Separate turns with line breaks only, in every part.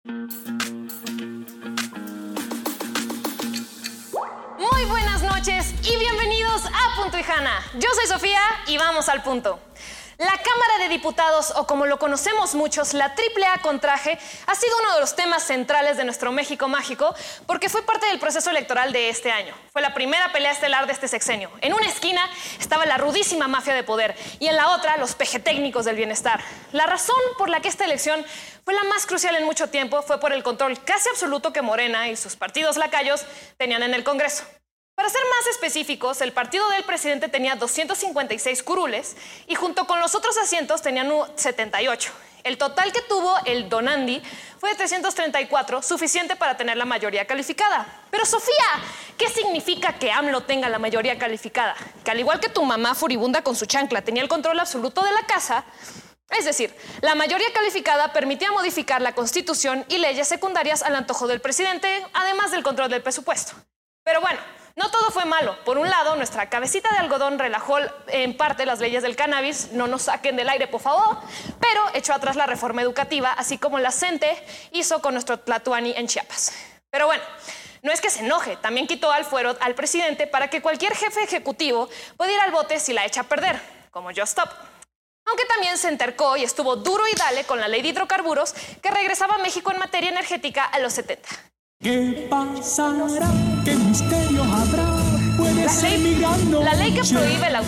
Muy buenas noches y bienvenidos a Punto y Hanna. Yo soy Sofía y vamos al punto. La Cámara de Diputados, o como lo conocemos muchos, la AAA con traje, ha sido uno de los temas centrales de nuestro México mágico porque fue parte del proceso electoral de este año. Fue la primera pelea estelar de este sexenio. En una esquina estaba la rudísima mafia de poder y en la otra los pejetécnicos del bienestar. La razón por la que esta elección fue la más crucial en mucho tiempo fue por el control casi absoluto que Morena y sus partidos lacayos tenían en el Congreso. Para ser más específicos, el partido del presidente tenía 256 curules y junto con los otros asientos tenían 78. El total que tuvo el Donandi fue de 334, suficiente para tener la mayoría calificada. Pero Sofía, ¿qué significa que AMLO tenga la mayoría calificada? Que al igual que tu mamá furibunda con su chancla tenía el control absoluto de la casa. Es decir, la mayoría calificada permitía modificar la Constitución y leyes secundarias al antojo del presidente, además del control del presupuesto. Pero bueno, no todo fue malo. Por un lado, nuestra cabecita de algodón relajó en parte las leyes del cannabis, no nos saquen del aire, por favor, pero echó atrás la reforma educativa, así como la CENTE hizo con nuestro Tlatuani en Chiapas. Pero bueno, no es que se enoje, también quitó al fuero al presidente para que cualquier jefe ejecutivo pueda ir al bote si la echa a perder, como Just Stop. Aunque también se entercó y estuvo duro y dale con la ley de hidrocarburos que regresaba a México en materia energética a los 70.
¿Qué pasará? ¿Qué misterio habrá? Puede ser migrando.
La ley que prohíbe el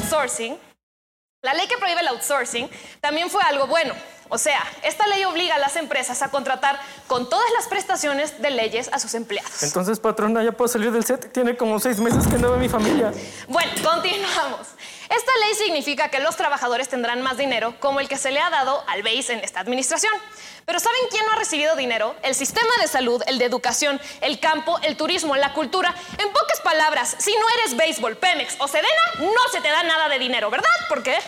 outsourcing también fue algo bueno. O sea, esta ley obliga a las empresas a contratar con todas las prestaciones de leyes a sus empleados.
Entonces, patrona, ¿ya puedo salir del set? Tiene como 6 meses que no ve mi familia.
Bueno, continuamos. Esta ley significa que los trabajadores tendrán más dinero, como el que se le ha dado al BEIS en esta administración. Pero ¿saben quién no ha recibido dinero? El sistema de salud, el de educación, el campo, el turismo, la cultura. En pocas palabras, si no eres béisbol, Pemex o Sedena, no se te da nada de dinero, ¿verdad? ¿Por qué?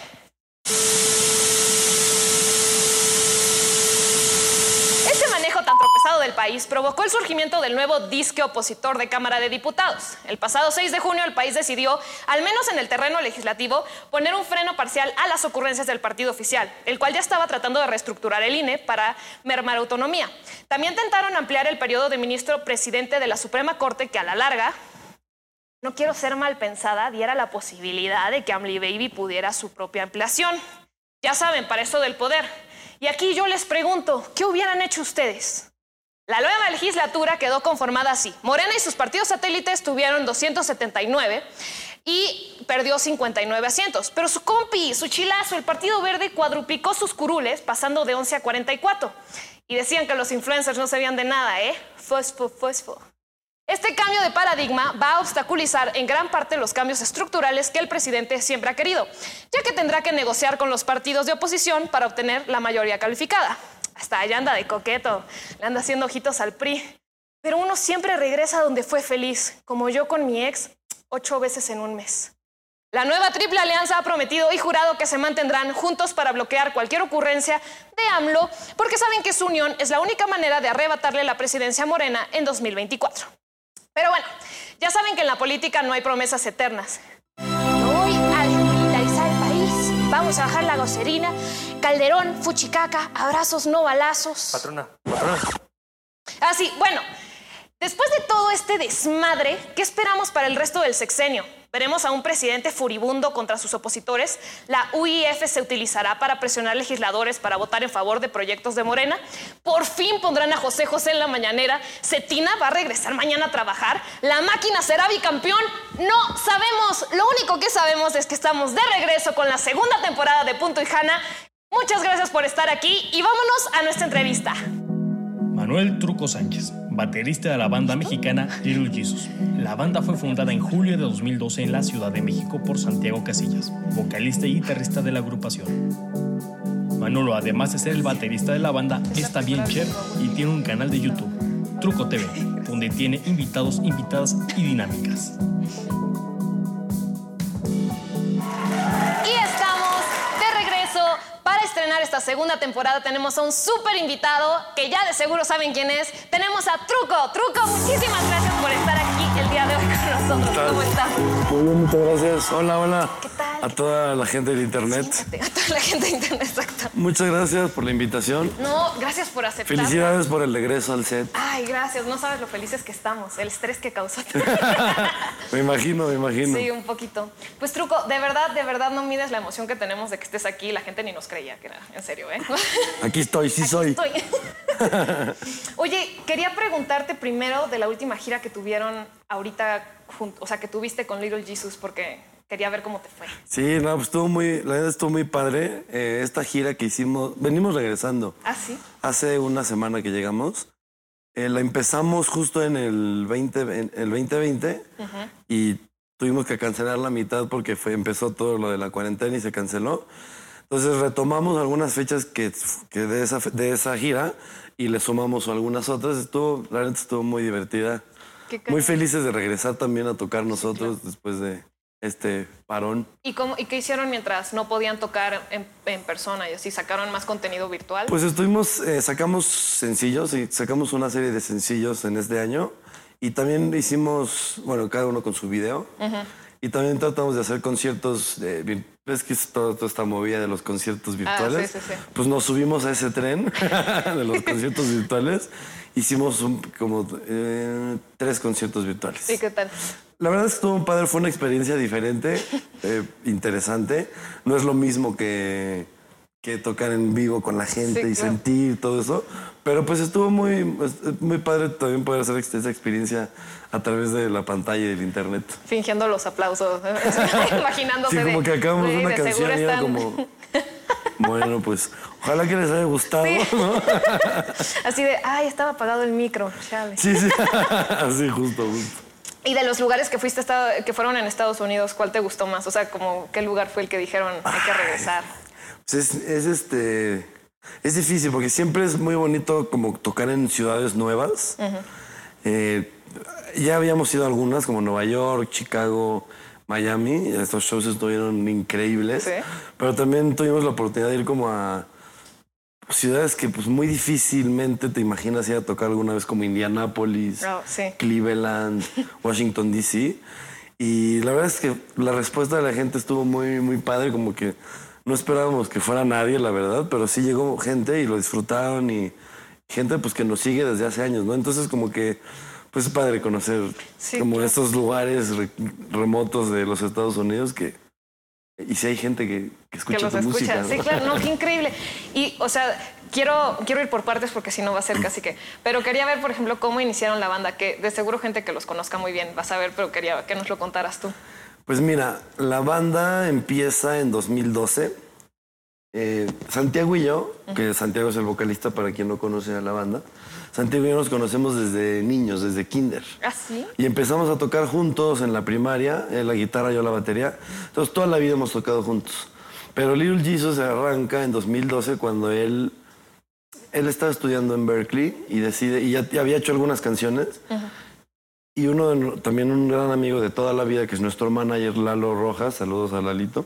Este manejo tan tropezado del país provocó el surgimiento del nuevo disque opositor de Cámara de Diputados. El pasado 6 de junio el país decidió, al menos en el terreno legislativo, poner un freno parcial a las ocurrencias del partido oficial, el cual ya estaba tratando de reestructurar el INE para mermar autonomía. También intentaron ampliar el periodo de ministro presidente de la Suprema Corte, que a la larga, no quiero ser mal pensada, diera la posibilidad de que AMLO Baby pudiera su propia ampliación. Ya saben, para eso del poder. Y aquí yo les pregunto, ¿qué hubieran hecho ustedes? La nueva legislatura quedó conformada así. Morena y sus partidos satélites tuvieron 279 y perdió 59 asientos. Pero su compi, su chilazo, el Partido Verde, cuadruplicó sus curules, pasando de 11 a 44. Y decían que los influencers no sabían de nada, ¿eh? Fosfo. Este cambio de paradigma va a obstaculizar en gran parte los cambios estructurales que el presidente siempre ha querido, ya que tendrá que negociar con los partidos de oposición para obtener la mayoría calificada. Hasta allá anda de coqueto, le anda haciendo ojitos al PRI. Pero uno siempre regresa donde fue feliz, como yo con mi ex 8 veces en un mes. La nueva Triple Alianza ha prometido y jurado que se mantendrán juntos para bloquear cualquier ocurrencia de AMLO, porque saben que su unión es la única manera de arrebatarle la presidencia a Morena en 2024. Pero bueno, ya saben que en la política no hay promesas eternas. Voy a desmilitarizar el país, vamos a bajar la groserina, Calderón, fuchicaca, abrazos, no balazos.
Patrona.
Así, bueno, después de todo este desmadre, ¿qué esperamos para el resto del sexenio? ¿Veremos a un presidente furibundo contra sus opositores? ¿La UIF se utilizará para presionar legisladores para votar en favor de proyectos de Morena? ¿Por fin pondrán a José José en la mañanera? ¿Cetina va a regresar mañana a trabajar? ¿La máquina será bicampeón? No sabemos. Lo único que sabemos es que estamos de regreso con la segunda temporada de Punto y Hanna. Muchas gracias por estar aquí y vámonos a nuestra entrevista.
Manuel Truco Sánchez, baterista de la banda mexicana Little Jesus. La banda fue fundada en julio de 2012 en la Ciudad de México por Santiago Casillas, vocalista y guitarrista de la agrupación. Manolo, además de ser el baterista de la banda, es también chef y tiene un canal de YouTube, Truco TV, donde tiene invitados, invitadas y dinámicas.
Y estamos de regreso. Para estrenar esta segunda temporada tenemos a un súper invitado que ya de seguro saben quién es. Tenemos a Truco. Truco, muchísimas gracias por estar aquí el el día de hoy con nosotros. ¿Cómo estás?
Muy bien, muchas gracias. Hola, hola.
¿Qué tal?
A toda la gente de internet.
Siéntate, a toda la gente de internet, exacto.
Muchas gracias por la invitación.
No, gracias por aceptar.
Felicidades por el regreso al set.
Ay, gracias. No sabes lo felices que estamos. El estrés que causó.
Me imagino.
Sí, un poquito. Pues, Truco, de verdad no mides la emoción que tenemos de que estés aquí. La gente ni nos creía que era en serio, ¿eh?
Aquí estoy, sí soy.
Estoy. Oye, quería preguntarte primero de la última gira que tuvieron ahorita, o sea, que tuviste con Little Jesus, porque quería ver cómo te fue.
Sí, no, pues la verdad estuvo muy padre. Esta gira que hicimos, venimos regresando.
¿Ah, sí?
Hace una semana que llegamos. La empezamos justo en el 2020 y tuvimos que cancelar la mitad porque empezó todo lo de la cuarentena y se canceló. Entonces retomamos algunas fechas que de esa gira y le sumamos algunas otras. La verdad estuvo muy divertida. Muy felices de regresar también a tocar nosotros después de este parón.
¿Y qué hicieron mientras no podían tocar en persona y así? ¿Sacaron más contenido virtual?
Pues sacamos sencillos y sacamos una serie de sencillos en este año y también hicimos, bueno, cada uno con su video y también tratamos de hacer conciertos, ves que es toda esta movida de los conciertos virtuales.
Sí.
Pues nos subimos a ese tren de los conciertos virtuales. Hicimos como 3 conciertos virtuales.
¿Y qué tal?
La verdad es que estuvo padre, fue una experiencia diferente, interesante. No es lo mismo que tocar en vivo con la gente y sentir todo eso. Pero pues estuvo muy padre también poder hacer esa experiencia a través de la pantalla y del internet.
Fingiendo los aplausos, imaginándose.
Sí, como que acabamos una canción y era como... Bueno, pues ojalá que les haya gustado,
sí.
¿no?
Así de, ay, estaba apagado el micro, chale.
Sí, así justo.
Y de los lugares que fuiste, que fueron en Estados Unidos, ¿cuál te gustó más? O sea, como, ¿qué lugar fue el que dijeron hay que regresar?
Pues es difícil porque siempre es muy bonito como tocar en ciudades nuevas. Ya habíamos ido a algunas como Nueva York, Chicago, Miami. Estos shows estuvieron increíbles. ¿Sí? Pero también tuvimos la oportunidad de ir como a ciudades que pues muy difícilmente te imaginas ir a tocar alguna vez, como Indianápolis, Cleveland, Washington D.C. Y la verdad es que la respuesta de la gente estuvo muy, muy padre, como que no esperábamos que fuera nadie, la verdad, pero sí llegó gente y lo disfrutaron y gente pues que nos sigue desde hace años, ¿no? Entonces como que pues es padre conocer como estos lugares remotos de los Estados Unidos y si hay gente que escucha tu música, ¿no?
Sí, claro, no, qué increíble. Y, o sea, quiero ir por partes porque si no va a ser casi que... Pero quería ver, por ejemplo, cómo iniciaron la banda, que de seguro gente que los conozca muy bien vas a ver, pero quería que nos lo contaras tú.
Pues mira, la banda empieza en 2012. Santiago y yo, que Santiago es el vocalista para quien no conoce a la banda, Santiago y yo nos conocemos desde niños, desde kinder.
¿Ah, sí?
Y empezamos a tocar juntos en la primaria, la guitarra, yo la batería. Entonces toda la vida hemos tocado juntos. Pero Little Jesus se arranca en 2012 cuando él estaba estudiando en Berkeley y ya había hecho algunas canciones. Y también un gran amigo de toda la vida, que es nuestro manager Lalo Rojas, saludos a Lalito,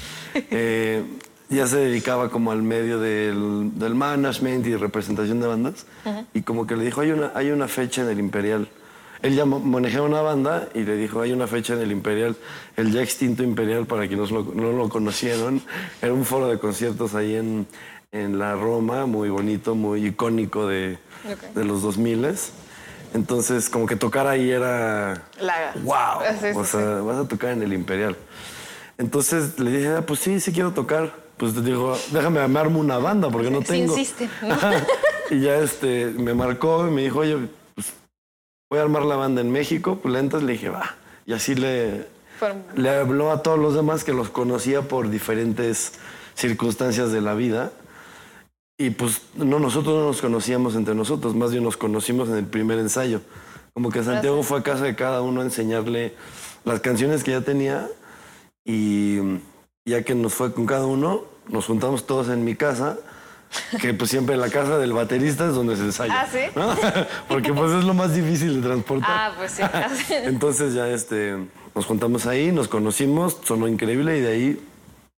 ya se dedicaba como al medio del management y representación de bandas. Y como que le dijo, hay una fecha en el Imperial. Él ya manejaba una banda y le dijo, hay una fecha en el Imperial, el ya extinto Imperial, para quienes no lo conocieron. Era un foro de conciertos ahí en la Roma, muy bonito, muy icónico de los 2000. Entonces, como que tocar ahí era... ¡Wow! Sí. Vas a tocar en el Imperial. Entonces le dije, pues sí quiero tocar. Pues te digo, déjame armarme una banda porque no tengo.
Sí, insiste, ¿no?
Y ya me marcó y me dijo, oye, pues voy a armar la banda en México. Pues le dije, va. Y así le habló a todos los demás que los conocía por diferentes circunstancias de la vida. Y pues nosotros no nos conocíamos entre nosotros, más bien nos conocimos en el primer ensayo. Como que Santiago fue a casa de cada uno a enseñarle las canciones que ya tenía y ya que nos fue con cada uno, nos juntamos todos en mi casa, que pues siempre la casa del baterista es donde se ensaya.
¿Ah, sí?
¿No? Porque pues es lo más difícil de transportar.
Ah, pues sí.
Entonces ya nos juntamos ahí, nos conocimos, sonó increíble y de ahí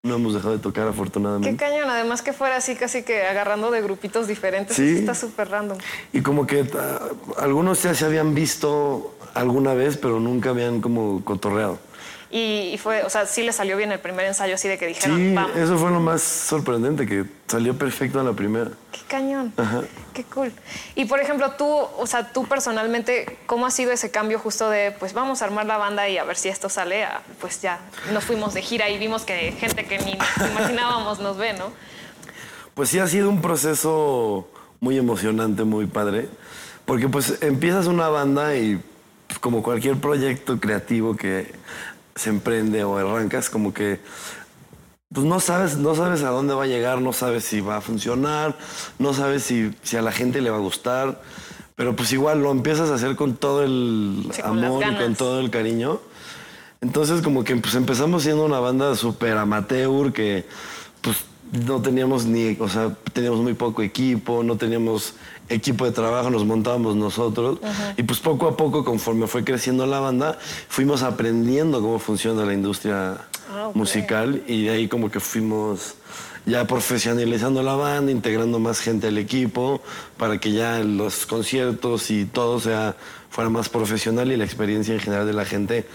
no hemos dejado de tocar,
Qué
afortunadamente.
cañón, además que fuera así casi que agarrando de grupitos diferentes.
Sí.
Eso está súper random.
Y como que algunos ya se habían visto alguna vez, pero nunca habían como cotorreado.
Y fue, o sea, sí le salió bien el primer ensayo, así de que dijeron,
Sí,
vamos.
eso fue lo más sorprendente, que salió perfecto a la primera.
Qué cañón. Qué cool. Y por ejemplo, tú, o sea, tú personalmente, ¿cómo ha sido ese cambio justo de, pues vamos a armar la banda y a ver si esto sale? Pues ya nos fuimos de gira y vimos que gente que ni nos imaginábamos nos ve, ¿no?
Pues sí ha sido un proceso muy emocionante, muy padre, porque pues empiezas una banda y pues, como cualquier proyecto creativo que se emprende o arrancas, como que pues no sabes a dónde va a llegar, no sabes si va a funcionar, no sabes si a la gente le va a gustar, pero pues igual lo empiezas a hacer con todo el
Sí, con las
amor y con
ganas.
todo el cariño. Entonces como que pues empezamos siendo una banda súper amateur que pues no teníamos o sea, teníamos muy poco equipo, no teníamos equipo de trabajo, nos montábamos nosotros. Y pues poco a poco, conforme fue creciendo la banda, fuimos aprendiendo cómo funciona la industria musical y de ahí como que fuimos ya profesionalizando la banda, integrando más gente al equipo para que ya los conciertos y todo fuera más profesional y la experiencia en general de la gente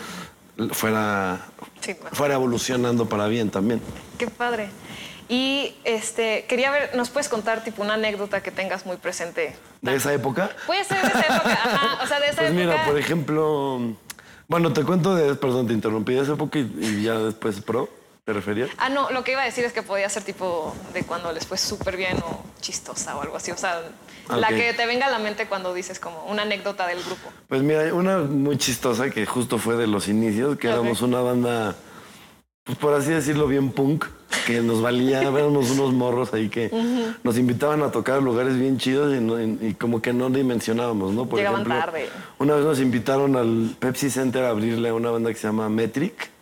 fuera evolucionando para bien también.
Qué padre. Y quería ver, ¿nos puedes contar tipo una anécdota que tengas muy presente?
¿De esa época?
Puede ser de esa época, ajá, o sea, de esa
Pues
época.
mira, por ejemplo, bueno, te cuento perdón, te interrumpí, de esa época y ya después pro, ¿te referías?
Ah, no, lo que iba a decir es que podía ser tipo de cuando les fue súper bien o chistosa o algo así. O sea, la
Ok.
que te venga a la mente cuando dices como una anécdota del grupo.
Pues mira, una muy chistosa que justo fue de los inicios, que éramos una banda, pues por así decirlo, bien punk, que nos valía, éramos unos morros ahí que nos invitaban a tocar lugares bien chidos y como que no dimensionábamos, ¿no? Por
Llegaban
ejemplo,
tarde.
una vez nos invitaron al Pepsi Center a abrirle a una banda que se llama Metric.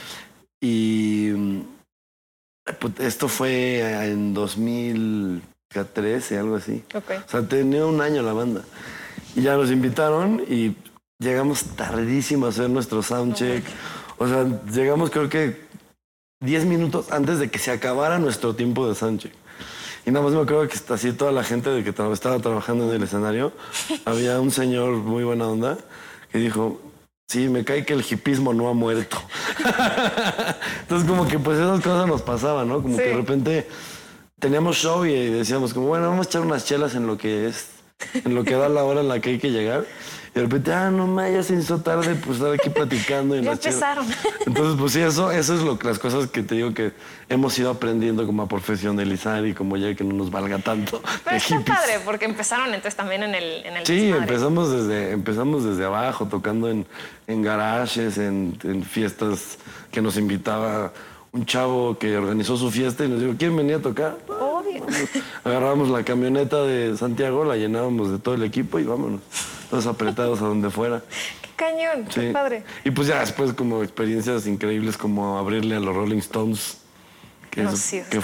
Y pues, esto fue en 2013, algo así.
Ok.
O sea, tenía un año la banda. Y ya nos invitaron y llegamos tardísimo a hacer nuestro soundcheck. O sea, llegamos creo que 10 minutos antes de que se acabara nuestro tiempo de soundcheck. Y nada más me acuerdo que así toda la gente de que estaba trabajando en el escenario, había un señor muy buena onda que dijo, sí, me cae que el hipismo no ha muerto. Entonces como que pues esas cosas nos pasaban, ¿no? Como
Sí.
que de repente teníamos show y decíamos como, bueno, vamos a echar unas chelas en lo que da la hora en la que hay que llegar. Y de repente, no mames, ya se hizo tarde, pues estar aquí platicando. Y
Ya
las chelas.
empezaron.
Entonces, pues sí, eso es las cosas que te digo que hemos ido aprendiendo como a profesionalizar y como ya que no nos valga tanto.
Pero
de
está
hippies.
padre porque empezaron entonces también en el
Sí,
desmadre.
empezamos desde abajo, tocando en garajes, en fiestas que nos invitaba un chavo que organizó su fiesta y nos dijo, ¿quieren venir a tocar?
Obvio.
Agarrábamos la camioneta de Santiago, la llenábamos de todo el equipo y vámonos, todos apretados a donde fuera.
Qué cañón, qué
Sí.
padre.
Y pues ya después como experiencias increíbles como abrirle a los Rolling Stones, que,
No, sí,
que
está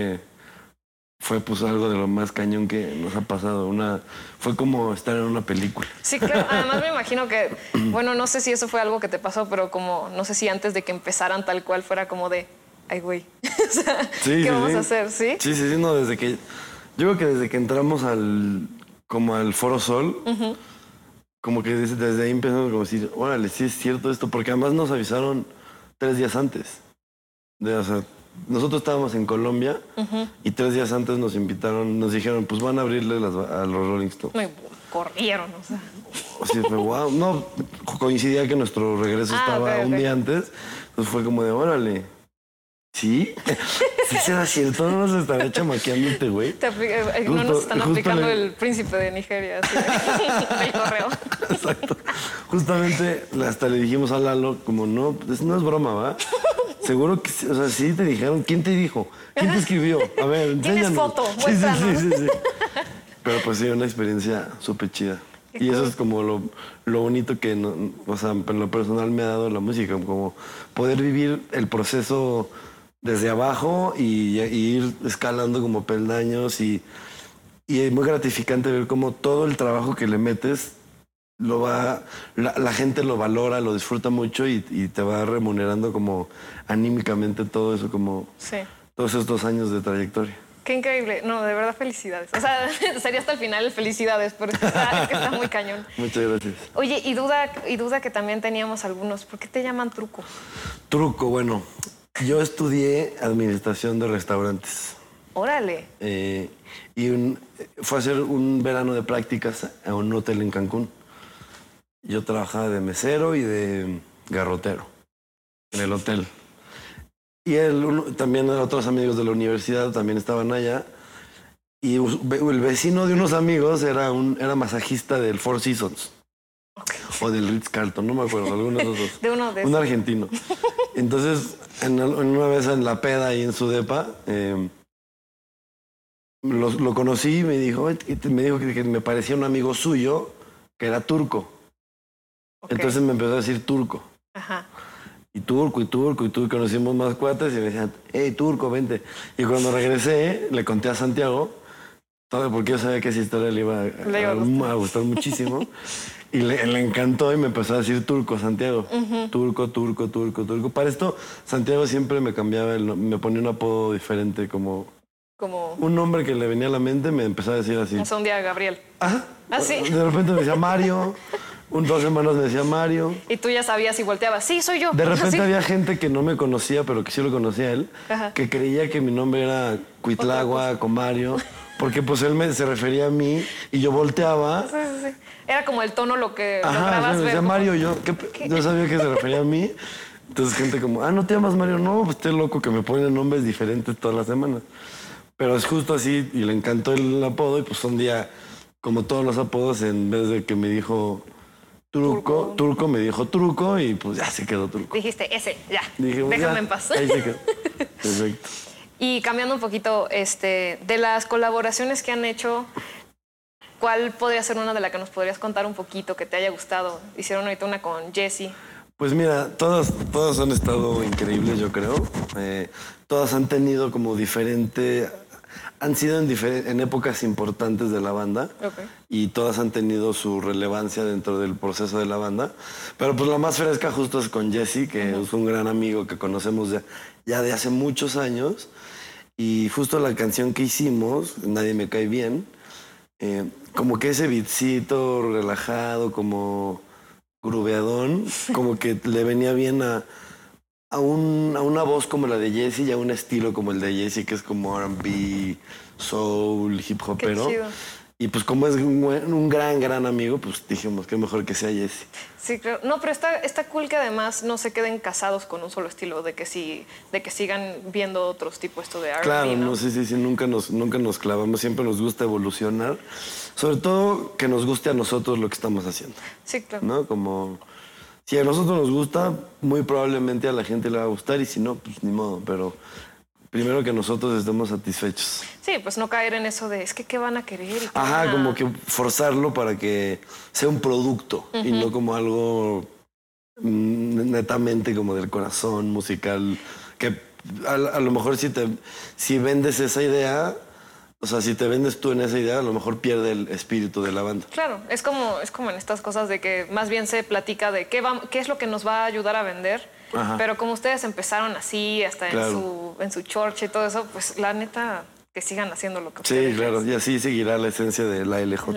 fue pues algo de lo más cañón que nos ha pasado. Fue como estar en una película.
Sí, claro. Además me imagino que, bueno, no sé si eso fue algo que te pasó, pero como, no sé si antes de que empezaran tal cual fuera como de, ay, güey, o sea,
Sí,
¿qué
sí,
vamos
sí.
a hacer? ¿Sí?
Sí, no, yo creo que desde que entramos al Foro Sol, como que desde ahí empezamos como a decir, órale, sí es cierto esto, porque además nos avisaron 3 días antes. O sea, nosotros estábamos en Colombia y 3 días antes nos dijeron, pues van a abrirle a los Rolling Stones.
No, y corrieron, o sea.
Así fue, wow. No, coincidía que nuestro regreso estaba
ok,
un
ok.
día antes, entonces fue como de, órale. ¿Sí? ¿Sí será cierto? ¿No nos estará chamaqueando güey?
No nos están
justo
aplicando
le-
el príncipe de Nigeria, así, el correo.
Exacto. Justamente hasta le dijimos a Lalo, como no es broma, ¿va? Seguro que, o sea, sí te dijeron. ¿Quién te dijo? ¿Quién te escribió? A ver, enséñanos.
foto?
Sí,
Muéstranos.
sí. Pero pues sí, una experiencia súper chida.
Qué
Y eso
cool.
es como lo bonito que, o sea, en lo personal me ha dado la música, como poder vivir el proceso desde abajo y ir escalando como peldaños y es muy gratificante ver cómo todo el trabajo que le metes la gente lo valora, lo disfruta mucho y te va remunerando como anímicamente todo eso, como todos estos años de trayectoria.
Qué increíble. No, de verdad, felicidades. O sea, sería hasta el final felicidades, pero es que está muy cañón.
Muchas gracias.
Oye, y duda que también teníamos algunos. ¿Por qué te llaman Truco?
Truco, bueno, yo estudié administración de restaurantes.
Órale.
Fue a hacer un verano de prácticas a un hotel en Cancún. Yo trabajaba de mesero y de garrotero en el hotel. Y también otros amigos de la universidad también estaban allá. Y el vecino de unos amigos era masajista del Four Seasons. Okay. O del Ritz-Carlton, no me acuerdo, alguno de los dos.
De uno de esos.
Un argentino. Entonces, una vez en la peda ahí en su depa, lo conocí y me dijo que me parecía un amigo suyo que era turco. Okay. Entonces me empezó a decir turco.
Ajá.
Y turco, conocimos más cuates y me decían, hey, turco, vente. Y cuando regresé, le conté a Santiago, porque yo sabía que esa historia le iba a gustar muchísimo. Y le encantó y me empezó a decir turco, Santiago. Turco. Para esto, Santiago siempre me cambiaba, me ponía un apodo diferente, como un nombre que le venía a la mente, me empezó a decir así.
O sea, un día Gabriel.
Ajá.
¿Ah, sí?
De repente me decía Mario. 2 semanas me decía Mario.
Y tú ya sabías y volteabas, sí, soy yo.
De repente había gente que no me conocía, pero que sí lo conocía a él, que creía que mi nombre era Cuitlagua, Comario, porque pues él se refería a mí y yo volteaba.
Sí. Era como el tono lo que lograbas
me decía
ver.
Mario, yo sabía que se refería a mí. Entonces gente como, ¿no te llamas Mario? No, pues estoy loco que me ponen nombres diferentes todas las semanas. Pero es justo así y le encantó el apodo y pues un día, como todos los apodos, en vez de que me dijo... Turco me dijo Truco y pues ya se quedó Truco.
Dijiste, ese, ya,
dije,
déjame en paz.
Ahí se quedó. Perfecto.
Y cambiando un poquito, de las colaboraciones que han hecho, ¿cuál podría ser una de las que nos podrías contar un poquito que te haya gustado? Hicieron ahorita una con Jessie.
Pues mira, todas han estado increíbles, yo creo. Todas han tenido como diferente... Han sido en épocas importantes de la banda y todas han tenido su relevancia dentro del proceso de la banda. Pero pues la más fresca justo es con Jessie, que es un gran amigo que conocemos ya de hace muchos años. Y justo la canción que hicimos, Nadie me cae bien, como que ese beatcito relajado, como grubeadón, como que le venía bien a una voz como la de Jessie y a un estilo como el de Jessie, que es como R&B, soul, hip hopero.
Qué chido.
Y pues como es un gran amigo, pues dijimos que mejor que sea Jessie.
Sí, creo. No, pero está cool que además no se queden casados con un solo estilo, de que sigan viendo otros tipos esto de R&B,
Claro,
¿no?
Sí, nunca nos clavamos, siempre nos gusta evolucionar. Sobre todo que nos guste a nosotros lo que estamos haciendo.
Sí, claro.
¿No? Como... Si a nosotros nos gusta, muy probablemente a la gente le va a gustar y si no, pues ni modo. Pero primero que nosotros estemos satisfechos.
Sí, pues no caer en eso de, es que ¿qué van a querer?
Como que forzarlo para que sea un producto y no como algo netamente como del corazón musical. Que a lo mejor si vendes esa idea... O sea, si te vendes tú en esa idea, a lo mejor pierde el espíritu de la banda.
Claro, es como en estas cosas de que más bien se platica de qué es lo que nos va a ayudar a vender. Pero como ustedes empezaron así, hasta en su church y todo eso, pues la neta, que sigan haciendo lo que ustedes.
Sí, claro, y así seguirá la esencia de la LJ.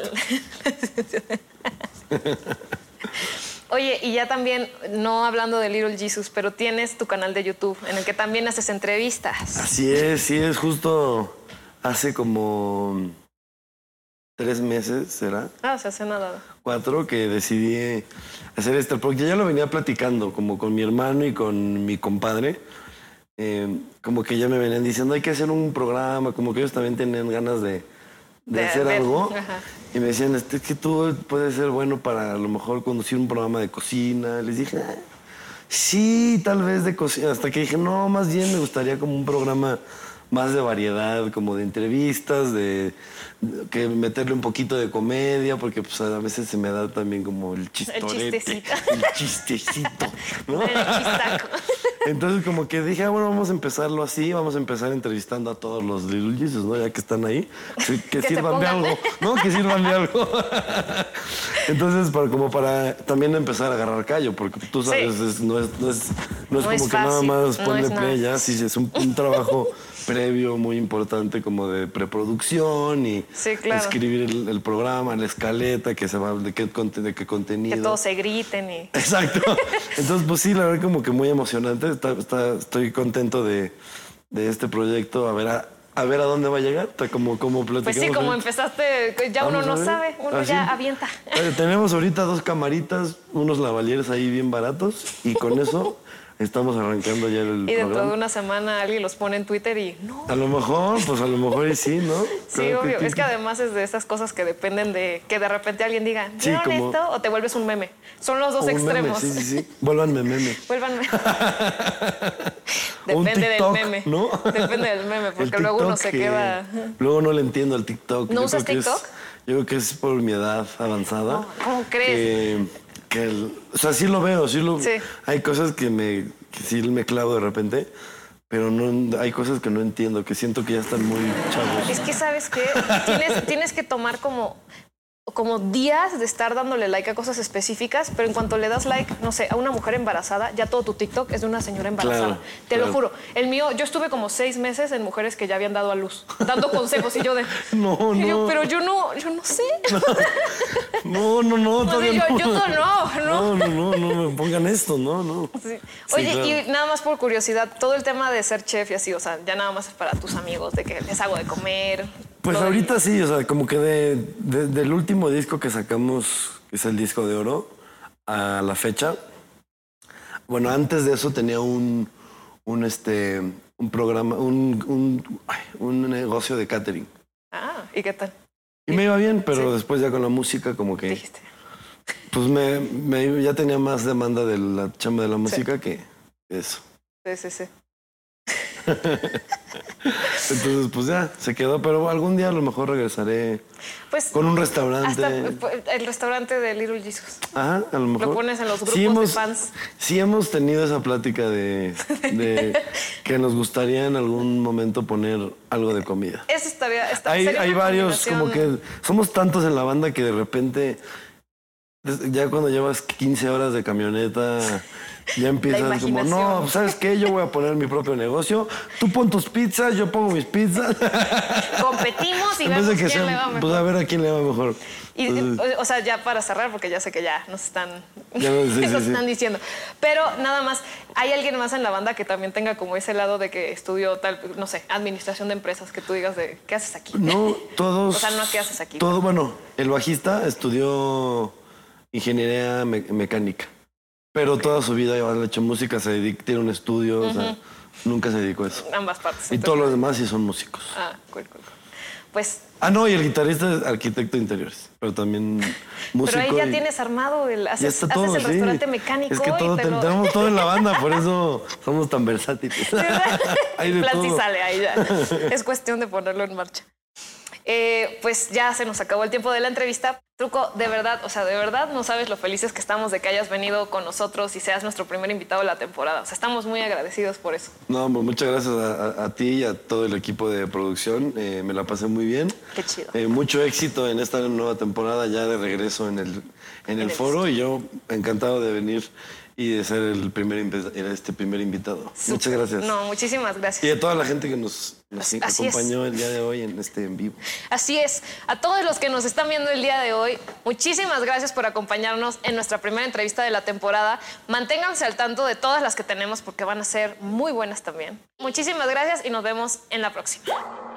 Oye, y ya también, no hablando de Little Jesus, pero tienes tu canal de YouTube en el que también haces entrevistas.
Así es, justo... Hace como 3 meses, ¿será?
Se hace nada.
4 que decidí hacer porque ya lo venía platicando, como con mi hermano y con mi compadre. Como que ya me venían diciendo, hay que hacer un programa, como que ellos también tenían ganas de hacer algo. Y me decían, es que tú puedes ser bueno para a lo mejor conducir un programa de cocina. Les dije, sí, tal vez de cocina. Hasta que dije, no, más bien me gustaría como un programa más de variedad, como de entrevistas, que meterle un poquito de comedia, porque pues a veces se me da también como el chistorete. El chistecito, ¿no?
El chistaco.
Entonces como que dije, bueno, vamos a empezarlo así, vamos a empezar entrevistando a todos los Little Jesus, ¿no? Ya que están ahí, que sirvan de algo, ¿no? Que sirvan de algo. Entonces, para también empezar a agarrar callo, porque tú sabes, no es como que
fácil,
nada más ponle
no
play, ya, sí, es un trabajo previo muy importante como de preproducción y escribir el programa, la escaleta, que se va de qué contenido.
Que todos se griten y...
Exacto. Entonces, pues sí, la verdad como que muy emocionante. Estoy contento de este proyecto, a ver a dónde va a llegar, como platicamos.
Pues sí, como empezaste, ya uno no sabe, uno ya avienta.
Tenemos ahorita 2 camaritas, unos lavaliers ahí bien baratos y con eso estamos arrancando ya el programa.
Y dentro de una semana alguien los pone en Twitter y no.
A lo mejor y sí, ¿no?
Sí, claro, obvio. Es que además es de esas cosas que dependen de que de repente alguien diga, ¿vieron esto? O te vuelves un meme. Son los dos extremos.
Meme, sí. Vuélvanme meme.
Depende
TikTok,
del meme.
¿no?
Depende del meme, porque luego uno se queda...
Luego no le entiendo al TikTok.
¿No usas TikTok?
Yo creo que es por mi edad avanzada.
No, ¿cómo crees?
O sea, sí lo veo, sí. Hay cosas que sí me clavo de repente, pero no, hay cosas que no entiendo, que siento que ya están muy chavos.
Es que, ¿sabes qué? Tienes que tomar como días de estar dándole like a cosas específicas, pero en cuanto le das like, no sé, a una mujer embarazada, ya todo tu TikTok es de una señora embarazada. Te lo juro. El mío, yo estuve como 6 meses en mujeres que ya habían dado a luz, dando consejos y yo de... Pero yo no sé.
No, todavía
no.
No me pongan esto, no.
Sí. Oye, claro. Y nada más por curiosidad, todo el tema de ser chef y así, o sea, ya nada más es para tus amigos, de que les hago de comer...
Pues ahorita sí, o sea, como que del último disco que sacamos, que es el disco de oro, a la fecha. Bueno, antes de eso tenía un programa, un negocio de catering.
Ah, ¿y qué tal?
Y me iba bien, pero después ya con la música como que...
Dijiste.
Pues ya tenía más demanda de la chamba de la música que eso.
Sí.
Entonces, pues ya, se quedó, pero algún día a lo mejor regresaré con un restaurante.
Hasta el restaurante de Little Jesus.
Ajá, a lo mejor.
Lo pones en los grupos de fans.
Sí hemos tenido esa plática de que nos gustaría en algún momento poner algo de comida.
Eso estaría
hay varios, como que somos tantos en la banda que de repente, ya cuando llevas 15 horas de camioneta... Ya empiezas como, no, ¿sabes qué? Yo voy a poner mi propio negocio. Tú pon tus pizzas, yo pongo mis pizzas.
Competimos y vemos quién le va mejor.
Pues a ver a quién le va mejor.
Y, entonces, o sea, ya para cerrar, porque ya sé que ya nos están diciendo. Pero nada más, ¿hay alguien más en la banda que también tenga como ese lado de que estudió tal, no sé, administración de empresas, que tú digas de, ¿qué haces aquí?
No, todos...
O sea, no, ¿qué haces aquí?
Bueno, el bajista estudió ingeniería mecánica. Pero toda su vida ha hecho música, tiene un estudio, o sea, nunca se dedicó a eso.
Ambas partes.
Y todos los demás sí son músicos.
Ah, cool. Pues...
no, y el guitarrista es arquitecto de interiores, pero también músico.
Pero ahí ya tienes armado haces el restaurante mecánico.
Es que tenemos todo en la banda, por eso somos tan versátiles. Hay de
plan
todo.
Sí sale ahí ya. Es cuestión de ponerlo en marcha. Pues ya se nos acabó el tiempo de la entrevista. Truco, de verdad no sabes lo felices que estamos de que hayas venido con nosotros y seas nuestro primer invitado de la temporada. O sea, estamos muy agradecidos por eso.
No, pues muchas gracias a ti y a todo el equipo de producción. Me la pasé muy bien.
Qué chido.
Mucho éxito en esta nueva temporada, ya de regreso en el foro. Y yo encantado de venir y de ser el primer invitado.
Super.
Muchas gracias.
No, muchísimas gracias.
Y a toda la gente que nos acompañó el día de hoy en vivo.
Así es. A todos los que nos están viendo el día de hoy, muchísimas gracias por acompañarnos en nuestra primera entrevista de la temporada. Manténganse al tanto de todas las que tenemos porque van a ser muy buenas también. Muchísimas gracias y nos vemos en la próxima.